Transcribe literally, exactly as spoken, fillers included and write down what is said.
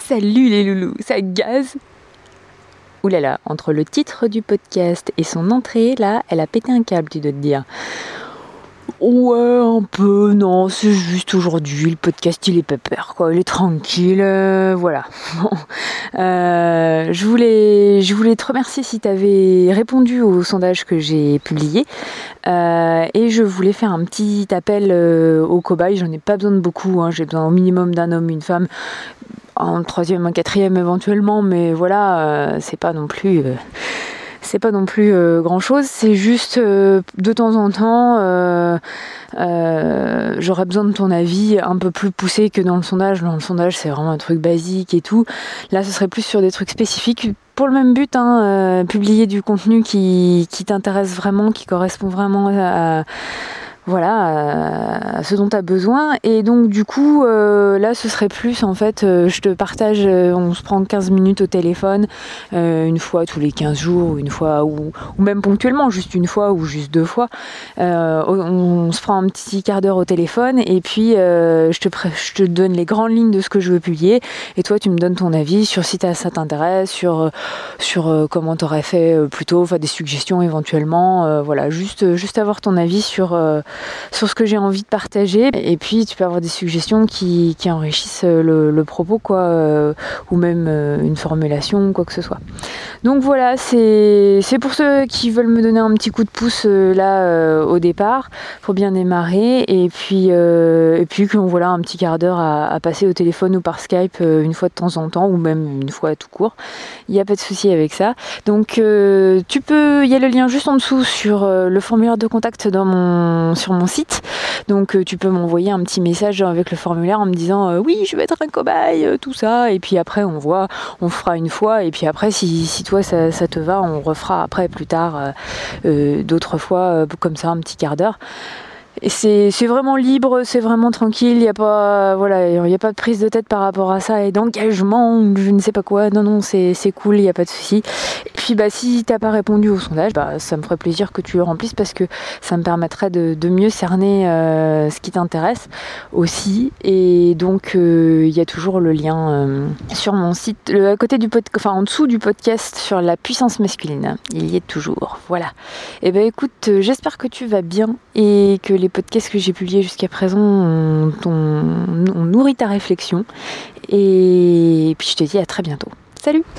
Salut les loulous, ça gaze. Ouh là là, entre le titre du podcast et son entrée, là, elle a pété un câble, tu dois te dire. Ouais, un peu, non, c'est juste aujourd'hui, le podcast il est pépère, quoi, il est tranquille, euh, voilà. Bon, euh, je voulais, je voulais te remercier si tu avais répondu au sondage que j'ai publié, euh, et je voulais faire un petit appel euh, aux cobayes. J'en ai pas besoin de beaucoup, hein, j'ai besoin au minimum d'un homme, une femme, un troisième, un quatrième éventuellement, mais voilà, euh, c'est pas non plus... Euh, c'est pas non plus euh, grand chose, c'est juste euh, de temps en temps euh, euh, j'aurais besoin de ton avis un peu plus poussé que dans le sondage. Dans le sondage c'est vraiment un truc basique et tout, là ce serait plus sur des trucs spécifiques pour le même but, hein, euh, publier du contenu qui, qui t'intéresse vraiment, qui correspond vraiment à, voilà, à ce dont tu as besoin. Et donc du coup euh, là ce serait plus en fait euh, je te partage, euh, on se prend quinze minutes au téléphone, euh, une fois tous les quinze jours, une fois ou, ou même ponctuellement, juste une fois ou juste deux fois, euh, on, on se prend un petit quart d'heure au téléphone et puis euh, je, te pré- je te donne les grandes lignes de ce que je veux publier et toi tu me donnes ton avis sur si ça t'intéresse, sur, sur euh, comment t'aurais fait euh, plutôt, enfin des suggestions éventuellement, euh, voilà, juste, juste avoir ton avis sur euh, sur ce que j'ai envie de partager, et puis tu peux avoir des suggestions qui, qui enrichissent le, le propos, quoi, euh, ou même euh, une formulation, quoi que ce soit. Donc voilà, c'est, c'est pour ceux qui veulent me donner un petit coup de pouce euh, là euh, au départ, pour bien démarrer, et puis, euh, et puis qu'on voilà un petit quart d'heure à, à passer au téléphone ou par Skype euh, une fois de temps en temps, ou même une fois tout court. Il n'y a pas de souci avec ça. Donc euh, tu peux, il y a le lien juste en dessous sur euh, le formulaire de contact dans mon sur mon site, donc euh, tu peux m'envoyer un petit message avec le formulaire en me disant euh, oui je vais être un cobaye, euh, tout ça, et puis après on voit, on fera une fois, et puis après si, si toi ça, ça te va, on refera après plus tard euh, euh, d'autres fois euh, comme ça un petit quart d'heure. Et c'est, c'est vraiment libre, c'est vraiment tranquille, il n'y a pas, voilà, il y a pas de prise de tête par rapport à ça et d'engagement, je ne sais pas quoi. Non, non, c'est, c'est cool, il n'y a pas de souci. Et puis, bah, si t'as pas répondu au sondage, bah, ça me ferait plaisir que tu le remplisses parce que ça me permettrait de, de mieux cerner euh, ce qui t'intéresse aussi. Et donc, il euh, y a toujours le lien euh, sur mon site, le, à côté du pod, enfin en dessous du podcast sur la puissance masculine. Il y est toujours. Voilà. Et ben, écoute, euh, j'espère que tu vas bien et que les podcasts que j'ai publiés jusqu'à présent ont, ont, ont nourri ta réflexion. Et puis je te dis à très bientôt. Salut!